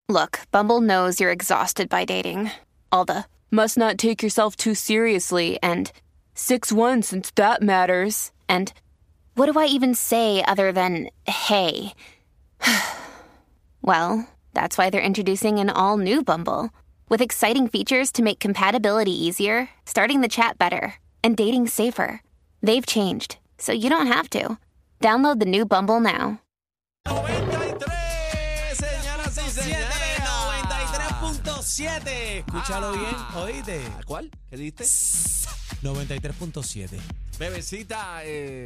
Look, Bumble knows you're exhausted by dating. All the must not take yourself too seriously and 6'1" since that matters. And what do I even say other than hey? Well, that's why they're introducing an all-new Bumble with exciting features to make compatibility easier, starting the chat better, and dating safer. They've changed, so you don't have to. Download the new Bumble now. 93, señoras y señores, 93.7. Escúchalo bien, oíste. ¿Cuál? ¿Qué dijiste? 93.7. Bebecita,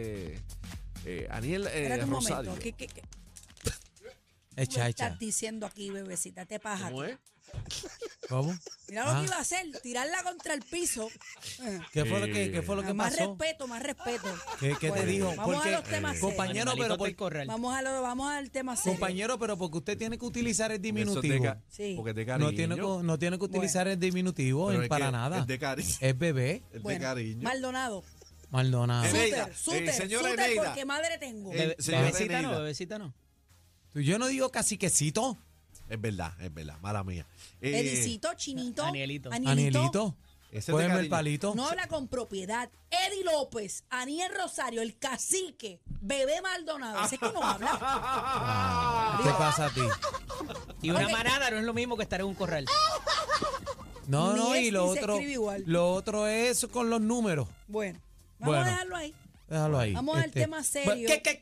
Aniel Espérate un Rosario. momento. ¿Qué Echa. estás diciendo aquí, bebecita? Te paja. ¿Cómo es? ¿Cómo? Mira lo que iba a hacer, tirarla contra el piso. ¿Qué fue lo que Más pasó? más respeto. ¿Qué te Bueno, dijo? Vamos Porque, a los temas serios. compañero, pero Vamos al tema serio. compañero, pero porque usted tiene que utilizar el Eso es diminutivo. Sí. Porque es de cariño. No tiene que utilizar el diminutivo Pero es para que nada. Es de cariño. Es bebé. Es Bueno, de cariño. Maldonado. Maldonado. Eneida, Súter, señora súter, Eneida. porque madre tengo. Señora Eneida. Bebecita no. Yo no digo caciquecito. Es verdad, mala mía. Edicito, Chinito, Anielito. Anielito. Ese es de Cógeme el cariño. palito. No habla con propiedad. Eddie López, Aniel Rosario, el cacique, Bebé Maldonado. Ese que no habla. ¿Qué pasa a ti? Y una manada no es lo mismo que estar en un corral. No, Ni no, es y lo ni se otro, escribe igual. lo otro es con los números. Bueno, vamos Bueno. a dejarlo ahí. Déjalo ahí. Vamos al tema serio. ¿Qué?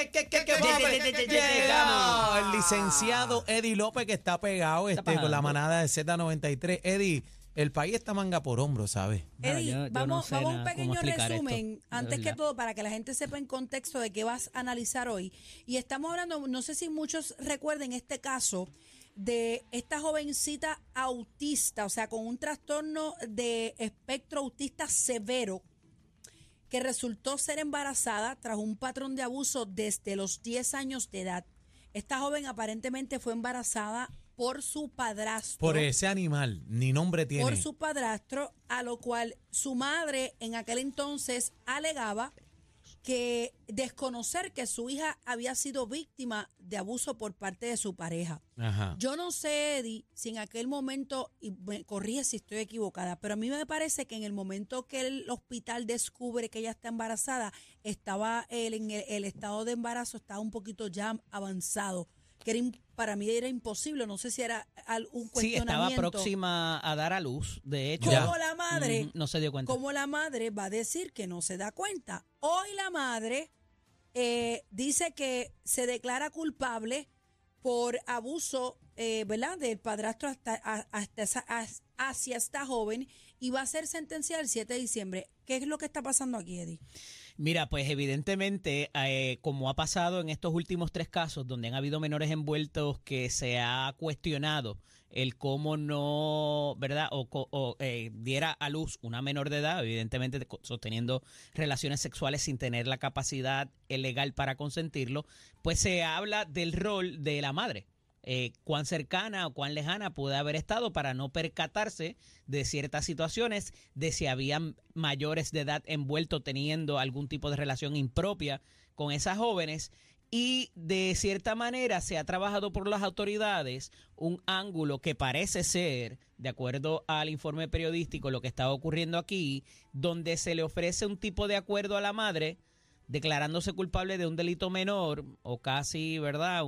Llegó el licenciado Eddie López, que está pegado con la pagando. manada de Z93. Eddie, el país está manga por hombro, ¿sabes? Eddie, yo no vamos sé a un nada pequeño cómo explicar resumen, esto, de antes que verdad. todo, para que la gente sepa en contexto de qué vas a analizar hoy. Y estamos hablando, no sé si muchos recuerden este caso de esta jovencita autista, o sea, con un trastorno de espectro autista severo, que resultó ser embarazada tras un patrón de abuso desde los 10 años de edad. Esta joven aparentemente fue embarazada por su padrastro. Por ese animal, ni nombre tiene. Por su padrastro, a lo cual su madre en aquel entonces alegaba que desconocer que su hija había sido víctima de abuso por parte de su pareja. Ajá. Yo no sé, Eddie, si en aquel momento, y me corrige si estoy equivocada, pero a mí me parece que en el momento que el hospital descubre que ella está embarazada, estaba el estado de embarazo estaba un poquito ya avanzado, que para mí era imposible, no sé si era un Sí, estaba cuestionamiento. próxima a dar a luz, de hecho. ¿Cómo la madre? No se dio cuenta. ¿Cómo la madre va a decir que no se da cuenta? Hoy la madre dice que se declara culpable por abuso, ¿verdad?, del padrastro hacia esta joven, y va a ser sentenciada el 7 de diciembre. ¿Qué es lo que está pasando aquí, Eddie? Mira, pues evidentemente, como ha pasado en estos últimos 3 casos donde han habido menores envueltos, que se ha cuestionado el cómo no, ¿verdad? O diera a luz una menor de edad, evidentemente sosteniendo relaciones sexuales sin tener la capacidad legal para consentirlo, pues se habla del rol de la madre. Cuán cercana o cuán lejana puede haber estado para no percatarse de ciertas situaciones, de si habían mayores de edad envueltos teniendo algún tipo de relación impropia con esas jóvenes. Y de cierta manera se ha trabajado por las autoridades un ángulo que parece ser, de acuerdo al informe periodístico, lo que estaba ocurriendo aquí, donde se le ofrece un tipo de acuerdo a la madre declarándose culpable de un delito menor o casi, ¿verdad?,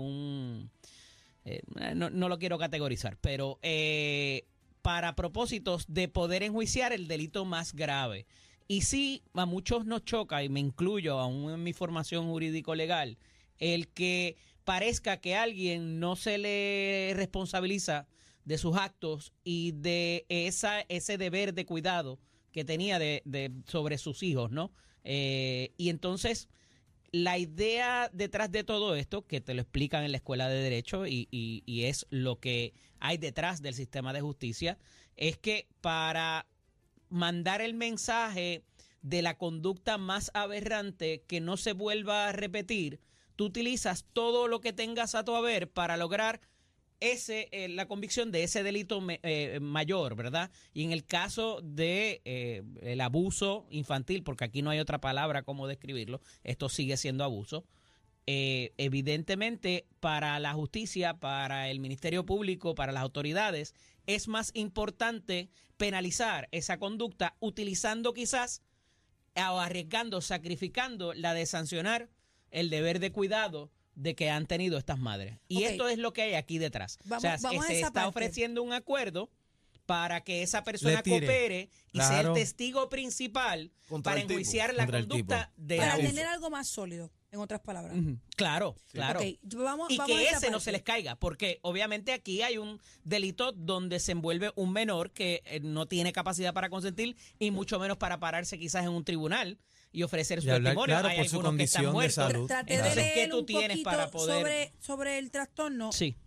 no lo quiero categorizar, pero para propósitos de poder enjuiciar el delito más grave. Y sí, a muchos nos choca, y me incluyo aún en mi formación jurídico-legal, el que parezca que a alguien no se le responsabiliza de sus actos y de ese deber de cuidado que tenía sobre sus hijos, ¿no? Y entonces, la idea detrás de todo esto, que te lo explican en la Escuela de Derecho y es lo que hay detrás del sistema de justicia, es que para mandar el mensaje de la conducta más aberrante que no se vuelva a repetir, tú utilizas todo lo que tengas a tu haber para lograr la convicción de ese delito mayor, ¿verdad? Y en el caso de el abuso infantil, porque aquí no hay otra palabra como describirlo, esto sigue siendo abuso, evidentemente para la justicia, para el Ministerio Público, para las autoridades, es más importante penalizar esa conducta utilizando quizás o arriesgando, sacrificando la de sancionar el deber de cuidado de que han tenido estas madres. Y Ok. esto es lo que hay aquí detrás. Vamos a se esa está parte. ofreciendo un acuerdo para que esa persona Le tire. coopere y sea el Claro. testigo principal Contra para el tipo. enjuiciar la Contra el conducta de Para abuso. tener algo más sólido, en otras palabras. Ujú. Claro, claro. Ok, vamos Y a que esa ese no parte. se les caiga, porque obviamente aquí hay un delito donde se envuelve un menor que no tiene capacidad para consentir y mucho menos para pararse quizás en un tribunal y ofrecer su Y hablar, testimonio. claro, hay por su algunos que están condición de muertos. salud. Traté Entonces, de ¿qué leer tú un tienes poquito para poder...? sobre el trastorno. Sí.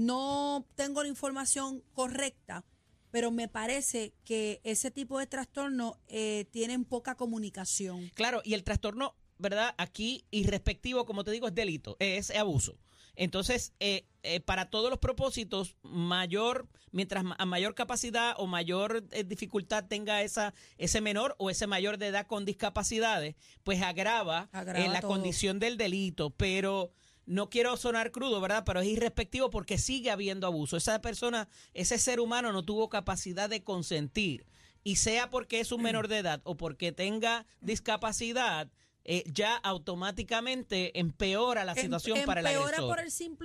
No tengo la información correcta, pero me parece que ese tipo de trastorno tienen poca comunicación. Claro, y el trastorno, ¿verdad? Aquí, irrespectivo, como te digo, es delito, es abuso. Entonces, para todos los propósitos, mientras a mayor capacidad o mayor dificultad tenga ese menor o ese mayor de edad con discapacidades, pues agrava la todo. condición del delito. Pero no quiero sonar crudo, ¿verdad? Pero es irrespectivo porque sigue habiendo abuso. Esa persona, ese ser humano no tuvo capacidad de consentir. Y sea porque es un menor de edad o porque tenga discapacidad, ya automáticamente empeora la situación para el Empeora agresor.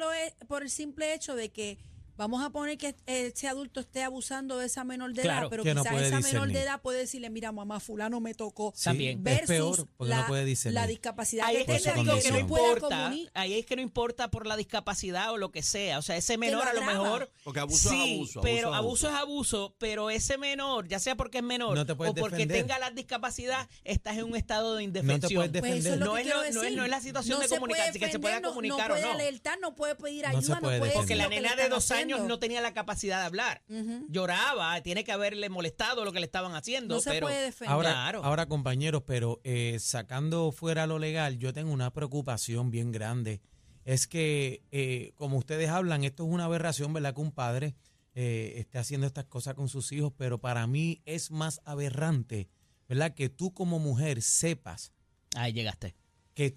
por el simple hecho de que vamos a poner que ese adulto esté abusando de esa menor de Claro, edad, pero que no quizás puede esa menor discernir. de edad puede decirle, mira, mamá, fulano me tocó. Sí, También. es Versus peor porque no puede discernir. la discapacidad Ahí que es que tenga te digo por que su no no pueda importa, comunicar. ahí es que no importa por la discapacidad o lo que sea, o sea, ese lo menor a lo agrava. mejor Porque abuso es sí, abuso, pero abuso es abuso es abuso, pero ese menor, ya sea porque es menor No te puedes o porque defender. tenga la discapacidad, estás en un estado de No te indefensión. puedes Pues eso es defender. lo No que es quiero lo- no es- decir. no es la situación de se comunicar, puede que se pueda defender, comunicar no o puede no. alertar, no puede pedir No se ayuda, no puede puede defender. Porque decir la lo que le nena de están 2 años haciendo. no tenía la capacidad de hablar. Lloraba, tiene que haberle molestado lo que le estaban haciendo. No se pero, puede defender. Ahora, Claro. ahora, compañeros, pero sacando fuera lo legal, yo tengo una preocupación bien grande. Es que, como ustedes hablan, esto es una aberración, ¿verdad? Que un padre esté haciendo estas cosas con sus hijos, pero para mí es más aberrante, ¿verdad? Que tú como mujer sepas, Ahí llegaste. que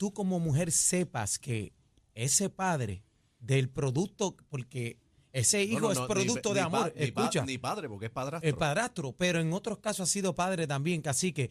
ese padre del producto, porque ese hijo es producto de amor, escucha. Ni padre, porque es padrastro. El padrastro, pero en otros casos ha sido padre también, cacique.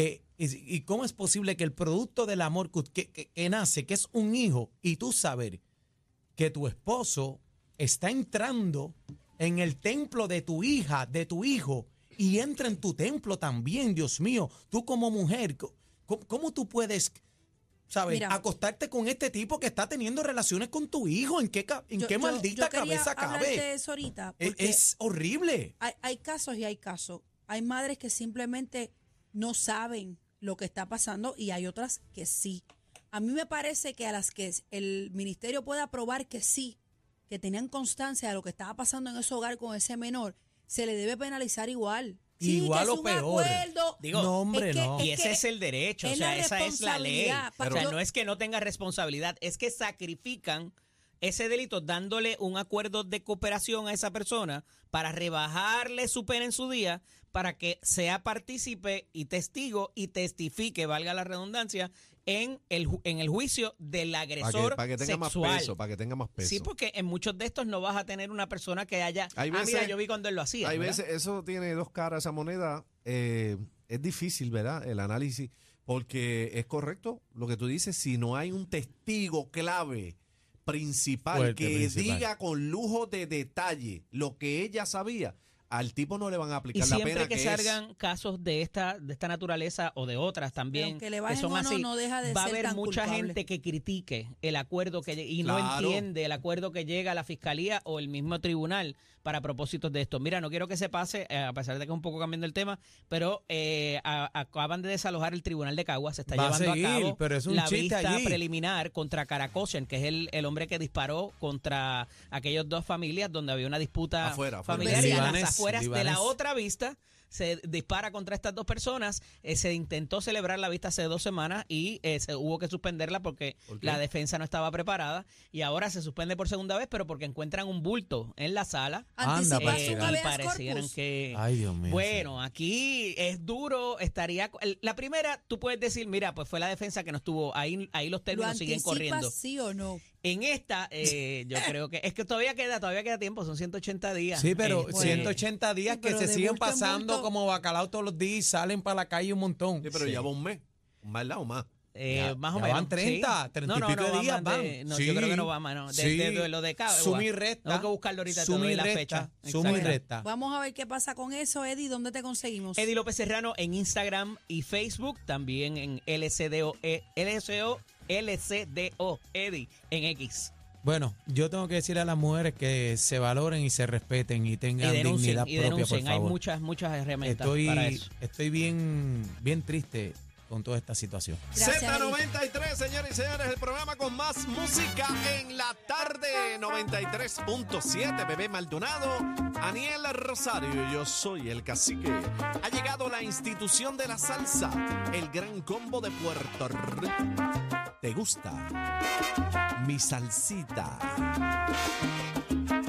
¿Y cómo es posible que el producto del amor que nace, que es un hijo, y tú saber que tu esposo está entrando en el templo de tu hija, de tu hijo, y entra en tu templo también, Dios mío? Tú como mujer, ¿cómo tú puedes, sabes, Mira. acostarte con este tipo que está teniendo relaciones con tu hijo? ¿En qué maldita yo quería cabeza hablarte de cabe? eso ahorita, porque Es horrible. hay casos y hay casos. Hay madres que simplemente no saben lo que está pasando y hay otras que sí. A mí me parece que a las que el ministerio pueda probar que sí, que tenían constancia de lo que estaba pasando en ese hogar con ese menor, se le debe penalizar igual. Sí, Igual que o es un peor. acuerdo. Digo, no, hombre, es que- no. Y es ese es el derecho, es o sea, la esa es la ley. responsabilidad. O sea, Yo- no es que no tenga responsabilidad, es que sacrifican ese delito dándole un acuerdo de cooperación a esa persona para rebajarle su pena en su día, para que sea partícipe y testigo y testifique, valga la redundancia, en el juicio del agresor Para que tenga sexual. más peso, para que tenga más peso. Sí, porque en muchos de estos no vas a tener una persona que haya... Hay mira, veces- yo vi cuando él lo hacía. Hay ¿verdad? veces, eso tiene dos caras, esa moneda. Es difícil, ¿verdad? El análisis, porque es correcto lo que tú dices. Si no hay un testigo clave principal Fuerte, que principal. diga con lujo de detalle lo que ella sabía, al tipo no le van a Y aplicar la siempre pena que es. salgan casos de esta naturaleza o de otras también aunque le que bajen son o no, así, no deja de va a ser haber tan mucha culpable. gente que critique el acuerdo y no Claro. entiende el acuerdo que llega a la fiscalía o el mismo tribunal para propósitos de esto. Mira, no quiero que se pase, a pesar de que es un poco cambiando el tema, pero acaban de desalojar el tribunal de Caguas, se está Va a llevando seguir, a cabo pero es un la chiste vista allí. preliminar contra Karakosian, que es el hombre que disparó contra aquellas dos familias donde había una disputa Afuera. familiar y a las Libanés, afueras de la libanés. otra vista se dispara contra estas dos personas. Se intentó celebrar la vista hace 2 semanas y se hubo que suspenderla porque ¿Por qué? la defensa no estaba preparada. Y ahora se suspende por segunda vez, pero porque encuentran un bulto en la sala. Anda, Anticipas para un que- Y habeas parecieran corpus. que... Ay, Dios mío. Bueno, aquí es duro, la primera, tú puedes decir, mira, pues fue la defensa que no estuvo, ahí los ¿Lo términos siguen anticipas corriendo. sí o no? En esta, yo creo que, es que todavía queda tiempo, son 180 días. Sí, pero Este, 180 días Sí, que pero se de siguen bulto en pasando bulto. como bacalao todos los días y salen para la calle un montón. Sí, pero ya va un mes. ¿Verdad o más? más o ya menos. van 30, sí. 30 y no, pico no, de va días más van. no, Sí. yo creo que no va más, no. Sí. De lo de Cagua. Suma y resta. Tengo que buscarlo ahorita, te Suma doy y la resta, fecha. suma y Exacto. resta. Vamos a ver qué pasa con eso, Eddie. ¿Dónde te conseguimos? Eddie López Serrano en Instagram y Facebook, también en LCDO, Eddie en X. Bueno, yo tengo que decirle a las mujeres que se valoren y se respeten y Y tengan denuncien, dignidad y propia, por denuncien. Hay favor. muchas herramientas para eso. Estoy bien triste con toda esta situación. Gracias, Z93, señores y señores, el programa con más música en la tarde. 93.7, Bebé Maldonado, Aniel Rosario, yo soy el cacique. Ha llegado la institución de la salsa, el gran combo de Puerto Rico. ¿Te gusta? Mi salsita.